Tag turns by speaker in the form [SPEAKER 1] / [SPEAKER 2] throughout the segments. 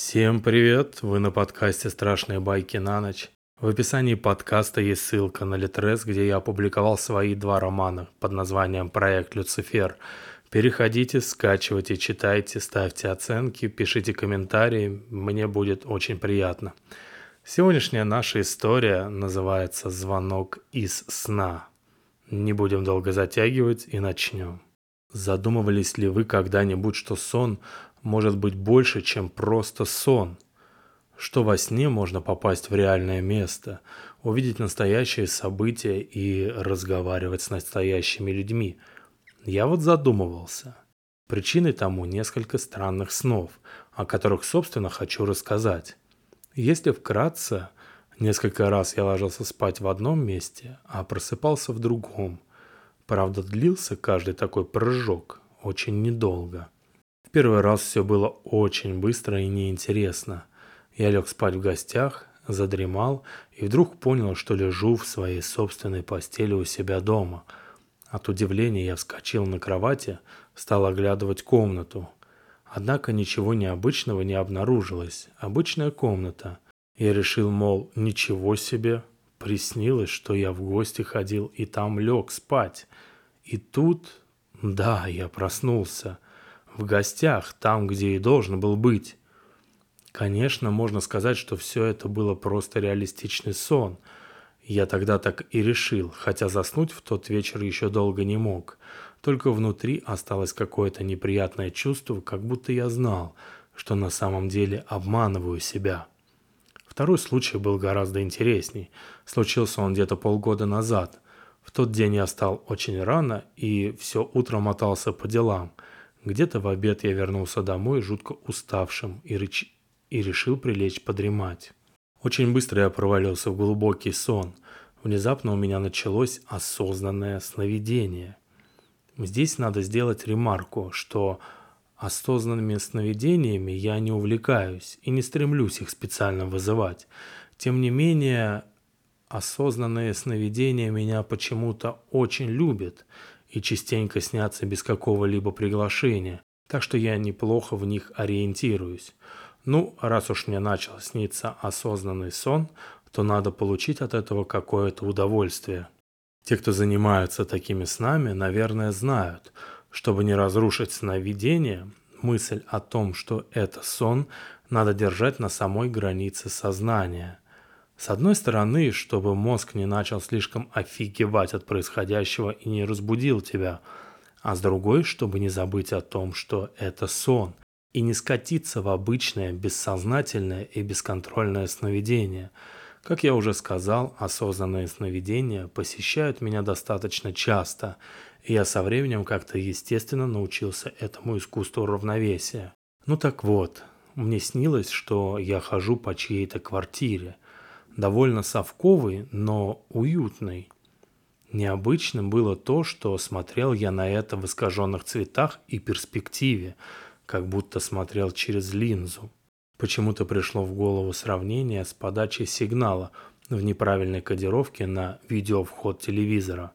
[SPEAKER 1] Всем привет! Вы на подкасте «Страшные байки на ночь». В описании подкаста есть ссылка на Литрес, где я опубликовал свои 2 романа под названием «Проект Люцифер». Переходите, скачивайте, читайте, ставьте оценки, пишите комментарии, мне будет очень приятно. Сегодняшняя наша история называется «Звонок из сна». Не будем долго затягивать и начнем. Задумывались ли вы когда-нибудь, что сон может быть больше, чем просто сон? Что во сне можно попасть в реальное место, увидеть настоящие события и разговаривать с настоящими людьми? Я вот задумывался. Причиной тому несколько странных снов, о которых, собственно, хочу рассказать. Если вкратце, несколько раз я ложился спать в одном месте, а просыпался в другом. Правда, длился каждый такой прыжок очень недолго. В первый раз все было очень быстро и неинтересно. Я лег спать в гостях, задремал и вдруг понял, что лежу в своей собственной постели у себя дома. От удивления я вскочил на кровати, стал оглядывать комнату. Однако ничего необычного не обнаружилось. Обычная комната. Я решил, мол, ничего себе. Приснилось, что я в гости ходил и там лег спать. И тут, да, я проснулся. В гостях, там, где и должен был быть. Конечно, можно сказать, что все это было просто реалистичный сон. Я тогда так и решил, хотя заснуть в тот вечер еще долго не мог. Только внутри осталось какое-то неприятное чувство, как будто я знал, что на самом деле обманываю себя. Второй случай был гораздо интересней. Случился он где-то полгода назад. В тот день я встал очень рано и все утро мотался по делам. Где-то в обед я вернулся домой жутко уставшим и решил прилечь подремать. Очень быстро я провалился в глубокий сон. Внезапно у меня началось осознанное сновидение. Здесь надо сделать ремарку, что осознанными сновидениями я не увлекаюсь и не стремлюсь их специально вызывать. Тем не менее, осознанные сновидения меня почему-то очень любят и частенько снятся без какого-либо приглашения, так что я неплохо в них ориентируюсь. Ну, раз уж мне начал сниться осознанный сон, то надо получить от этого какое-то удовольствие. Те, кто занимаются такими снами, наверное, знают, чтобы не разрушить сновидение, мысль о том, что это сон, надо держать на самой границе сознания. С одной стороны, чтобы мозг не начал слишком офигевать от происходящего и не разбудил тебя, а с другой, чтобы не забыть о том, что это сон, и не скатиться в обычное, бессознательное и бесконтрольное сновидение. Как я уже сказал, осознанные сновидения посещают меня достаточно часто, и я со временем как-то естественно научился этому искусству равновесия. Ну так вот, мне снилось, что я хожу по чьей-то квартире, довольно совковой, но уютной. Необычным было то, что смотрел я на это в искаженных цветах и перспективе, как будто смотрел через линзу. Почему-то пришло в голову сравнение с подачей сигнала в неправильной кодировке на видеовход телевизора.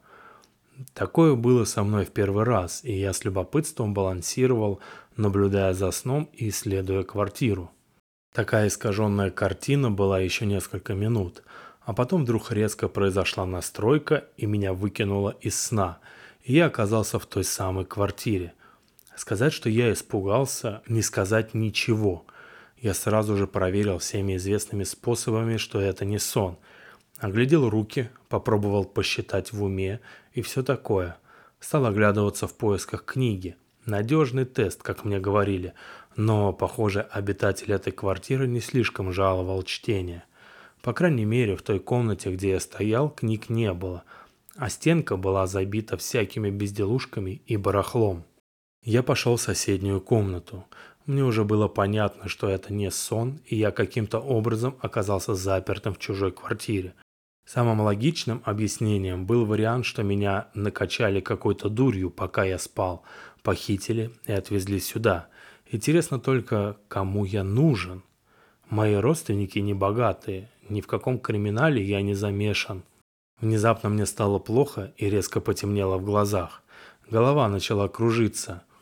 [SPEAKER 1] Такое было со мной в первый раз, и я с любопытством балансировал, наблюдая за сном и исследуя квартиру. Такая искаженная картина была еще несколько минут, а потом вдруг резко произошла настройка и меня выкинуло из сна, и я оказался в той самой квартире. Сказать, что я испугался, не сказать ничего. Я сразу же проверил всеми известными способами, что это не сон. Оглядел руки, попробовал посчитать в уме и все такое. Стал оглядываться в поисках книги. Надежный тест, как мне говорили, но, похоже, обитатель этой квартиры не слишком жаловал чтение. По крайней мере, в той комнате, где я стоял, книг не было, а стенка была забита всякими безделушками и барахлом. Я пошел в соседнюю комнату. Мне уже было понятно, что это не сон, и я каким-то образом оказался запертым в чужой квартире. Самым логичным объяснением был вариант, что меня накачали какой-то дурью, пока я спал, похитили и отвезли сюда. Интересно только, кому я нужен? Мои родственники не богатые, ни в каком криминале я не замешан. Внезапно мне стало плохо и резко потемнело в глазах. Голова начала кружиться.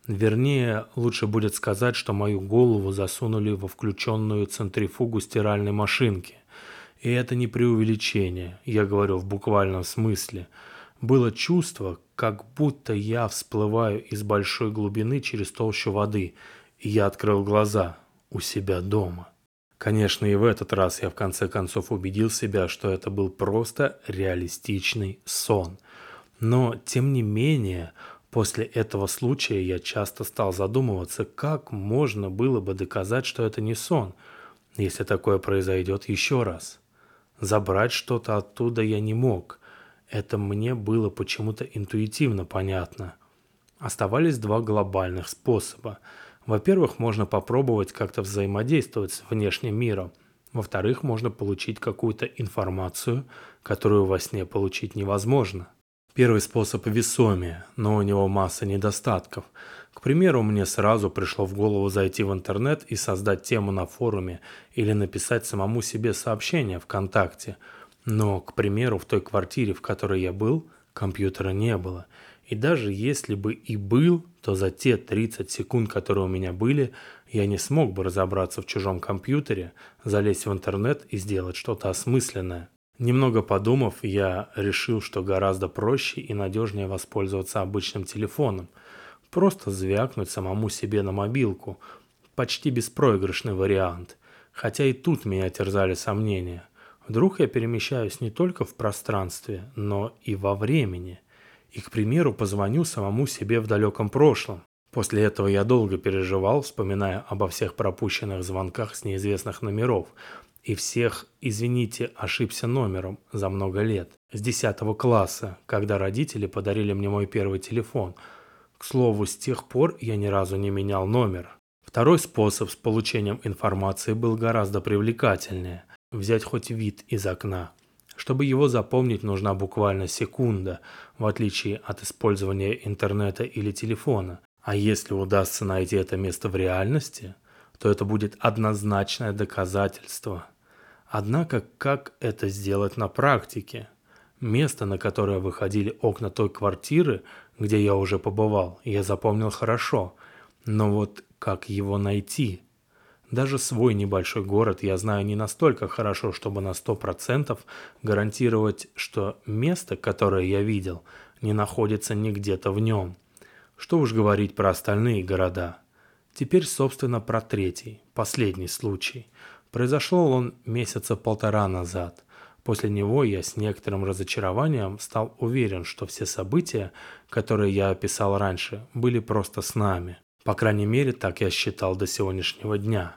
[SPEAKER 1] Вернее, лучше будет сказать, что мою голову засунули во включенную центрифугу стиральной машинки. И это не преувеличение, я говорю в буквальном смысле. Было чувство, как будто я всплываю из большой глубины через толщу воды, и я открыл глаза у себя дома. Конечно, и в этот раз я в конце концов убедил себя, что это был просто реалистичный сон. Но, тем не менее, после этого случая я часто стал задумываться, как можно было бы доказать, что это не сон, если такое произойдет еще раз. Забрать что-то оттуда я не мог. Это мне было почему-то интуитивно понятно. Оставались два глобальных способа. Во-первых, можно попробовать как-то взаимодействовать с внешним миром. Во-вторых, можно получить какую-то информацию, которую во сне получить невозможно. Первый способ весомее, но у него масса недостатков. К примеру, мне сразу пришло в голову зайти в интернет и создать тему на форуме или написать самому себе сообщение ВКонтакте. Но, к примеру, в той квартире, в которой я был, компьютера не было. И даже если бы и был, то за те 30 секунд, которые у меня были, я не смог бы разобраться в чужом компьютере, залезть в интернет и сделать что-то осмысленное. Немного подумав, я решил, что гораздо проще и надежнее воспользоваться обычным телефоном. Просто звякнуть самому себе на мобилку. Почти беспроигрышный вариант. Хотя и тут меня терзали сомнения. Вдруг я перемещаюсь не только в пространстве, но и во времени. И, к примеру, позвоню самому себе в далеком прошлом. После этого я долго переживал, вспоминая обо всех пропущенных звонках с неизвестных номеров. И всех, извините, ошибся номером за много лет. С 10 класса, когда родители подарили мне мой первый телефон. К слову, с тех пор я ни разу не менял номер. Второй способ с получением информации был гораздо привлекательнее. Взять хоть вид из окна. Чтобы его запомнить, нужна буквально секунда, в отличие от использования интернета или телефона. А если удастся найти это место в реальности, то это будет однозначное доказательство. Однако, как это сделать на практике? Место, на которое выходили окна той квартиры, где я уже побывал, я запомнил хорошо. Но вот как его найти? Даже свой небольшой город я знаю не настолько хорошо, чтобы на 100% гарантировать, что место, которое я видел, не находится не где-то в нем. Что уж говорить про остальные города. Теперь, собственно, про третий, последний случай. Произошел он месяца 1,5 назад. После него я с некоторым разочарованием стал уверен, что все события, которые я описал раньше, были просто снами. По крайней мере, так я считал до сегодняшнего дня.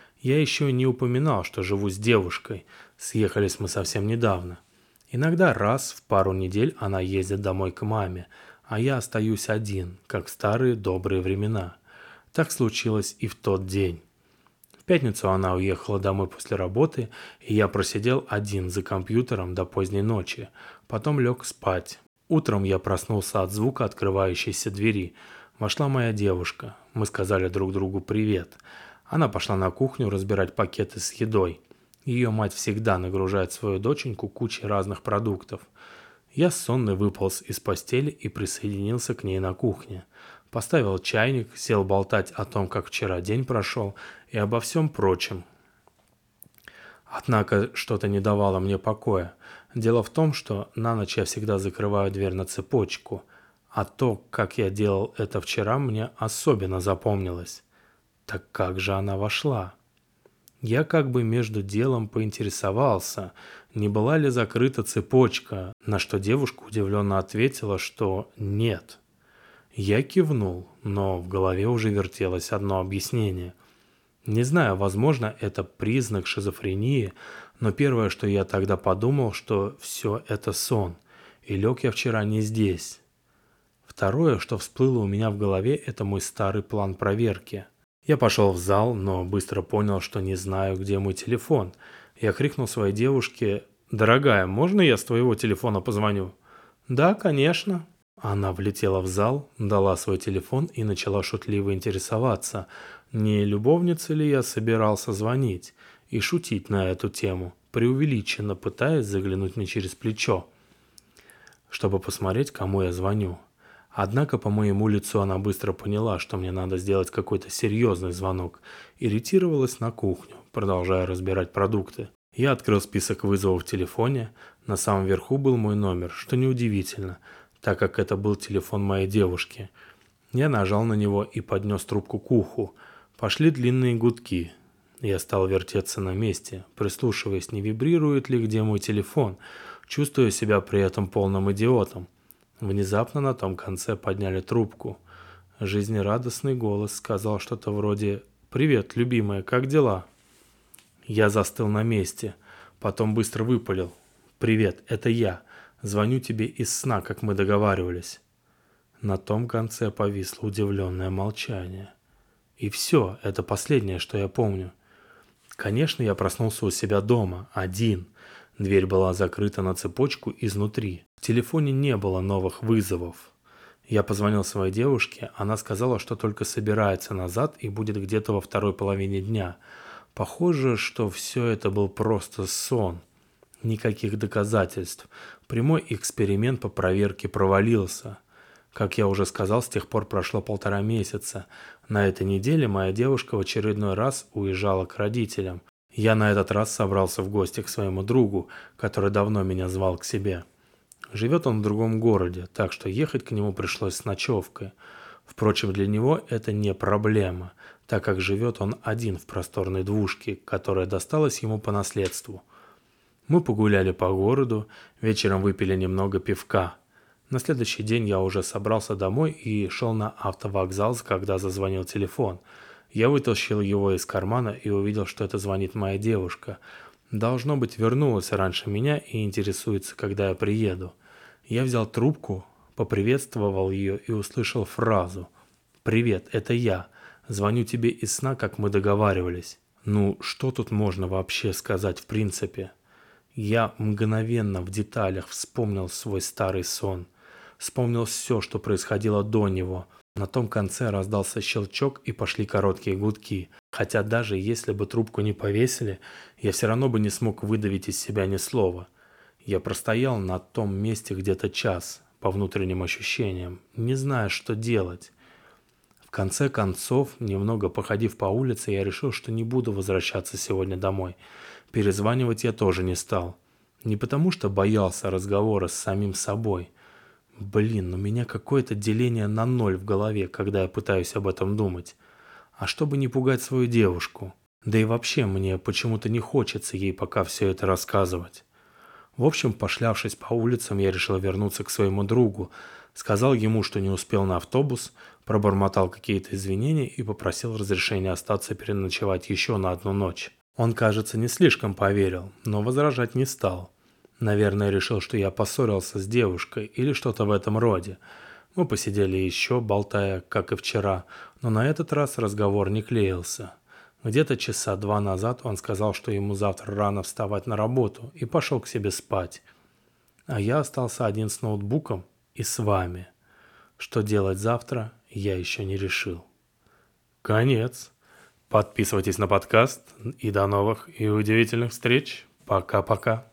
[SPEAKER 1] Я еще не упоминал, что живу с девушкой. Съехались мы совсем недавно. Иногда раз в пару недель она ездит домой к маме, а я остаюсь один, как в старые добрые времена. Так случилось и в тот день. В пятницу она уехала домой после работы, и я просидел один за компьютером до поздней ночи. Потом лег спать. Утром я проснулся от звука открывающейся двери. Вошла моя девушка. Мы сказали друг другу «привет». Она пошла на кухню разбирать пакеты с едой. Ее мать всегда нагружает свою доченьку кучей разных продуктов. Я сонный выполз из постели и присоединился к ней на кухне. Поставил чайник, сел болтать о том, как вчера день прошел, и обо всем прочем. Однако что-то не давало мне покоя. Дело в том, что на ночь я всегда закрываю дверь на цепочку, а то, как я делал это вчера, мне особенно запомнилось. Так как же она вошла? Я как бы между делом поинтересовался, не была ли закрыта цепочка, на что девушка удивленно ответила, что нет. Я кивнул, но в голове уже вертелось одно объяснение. Не знаю, возможно, это признак шизофрении, но первое, что я тогда подумал, что все это сон, и лег я вчера не здесь. Второе, что всплыло у меня в голове, это мой старый план проверки. Я пошел в зал, но быстро понял, что не знаю, где мой телефон. Я крикнул своей девушке: «Дорогая, можно я с твоего телефона позвоню?» «Да, конечно». Она влетела в зал, дала свой телефон и начала шутливо интересоваться, не любовница ли я собирался звонить, и шутить на эту тему, преувеличенно пытаясь заглянуть мне через плечо, чтобы посмотреть, кому я звоню. Однако по моему лицу она быстро поняла, что мне надо сделать какой-то серьезный звонок, и ретировалась на кухню, продолжая разбирать продукты. Я открыл список вызовов в телефоне, на самом верху был мой номер, что неудивительно, так как это был телефон моей девушки. Я нажал на него и поднес трубку к уху. Пошли длинные гудки. Я стал вертеться на месте, прислушиваясь, не вибрирует ли где мой телефон, чувствуя себя при этом полным идиотом. Внезапно на том конце подняли трубку. Жизнерадостный голос сказал что-то вроде «Привет, любимая, как дела?» Я застыл на месте, потом быстро выпалил. «Привет, это я. Звоню тебе из сна, как мы договаривались». На том конце повисло удивленное молчание. И все, это последнее, что я помню. Конечно, я проснулся у себя дома, один. Дверь была закрыта на цепочку изнутри. В телефоне не было новых вызовов. Я позвонил своей девушке, она сказала, что только собирается назад и будет где-то во второй половине дня. Похоже, что все это был просто сон. Никаких доказательств. Прямой эксперимент по проверке провалился. Как я уже сказал, с тех пор прошло 1,5 месяца. На этой неделе моя девушка в очередной раз уезжала к родителям. Я на этот раз собрался в гости к своему другу, который давно меня звал к себе. Живет он в другом городе, так что ехать к нему пришлось с ночевкой. Впрочем, для него это не проблема, так как живет он один в просторной двушке, которая досталась ему по наследству. Мы погуляли по городу, вечером выпили немного пивка. На следующий день я уже собрался домой и шел на автовокзал, когда зазвонил телефон. Я вытащил его из кармана и увидел, что это звонит моя девушка. Должно быть, вернулась раньше меня и интересуется, когда я приеду. Я взял трубку, поприветствовал ее и услышал фразу «Привет, это я. Звоню тебе из сна, как мы договаривались». Ну, что тут можно вообще сказать в принципе? Я мгновенно в деталях вспомнил свой старый сон. Вспомнил все, что происходило до него. На том конце раздался щелчок и пошли короткие гудки. Хотя даже если бы трубку не повесили, я все равно бы не смог выдавить из себя ни слова. Я простоял на том месте где-то час, по внутренним ощущениям, не зная, что делать. В конце концов, немного походив по улице, я решил, что не буду возвращаться сегодня домой. Перезванивать я тоже не стал. Не потому, что боялся разговора с самим собой. Блин, у меня какое-то деление на 0 в голове, когда я пытаюсь об этом думать. А чтобы не пугать свою девушку. Да и вообще мне почему-то не хочется ей пока все это рассказывать. В общем, пошлявшись по улицам, я решил вернуться к своему другу. Сказал ему, что не успел на автобус, пробормотал какие-то извинения и попросил разрешения остаться переночевать еще на 1 ночь. Он, кажется, не слишком поверил, но возражать не стал. Наверное, решил, что я поссорился с девушкой или что-то в этом роде. Мы посидели еще, болтая, как и вчера, но на этот раз разговор не клеился. Где-то часа 2 назад он сказал, что ему завтра рано вставать на работу, и пошел к себе спать. А я остался один с ноутбуком и с вами. Что делать завтра, я еще не решил. Конец. Подписывайтесь на подкаст и до новых и удивительных встреч. Пока-пока.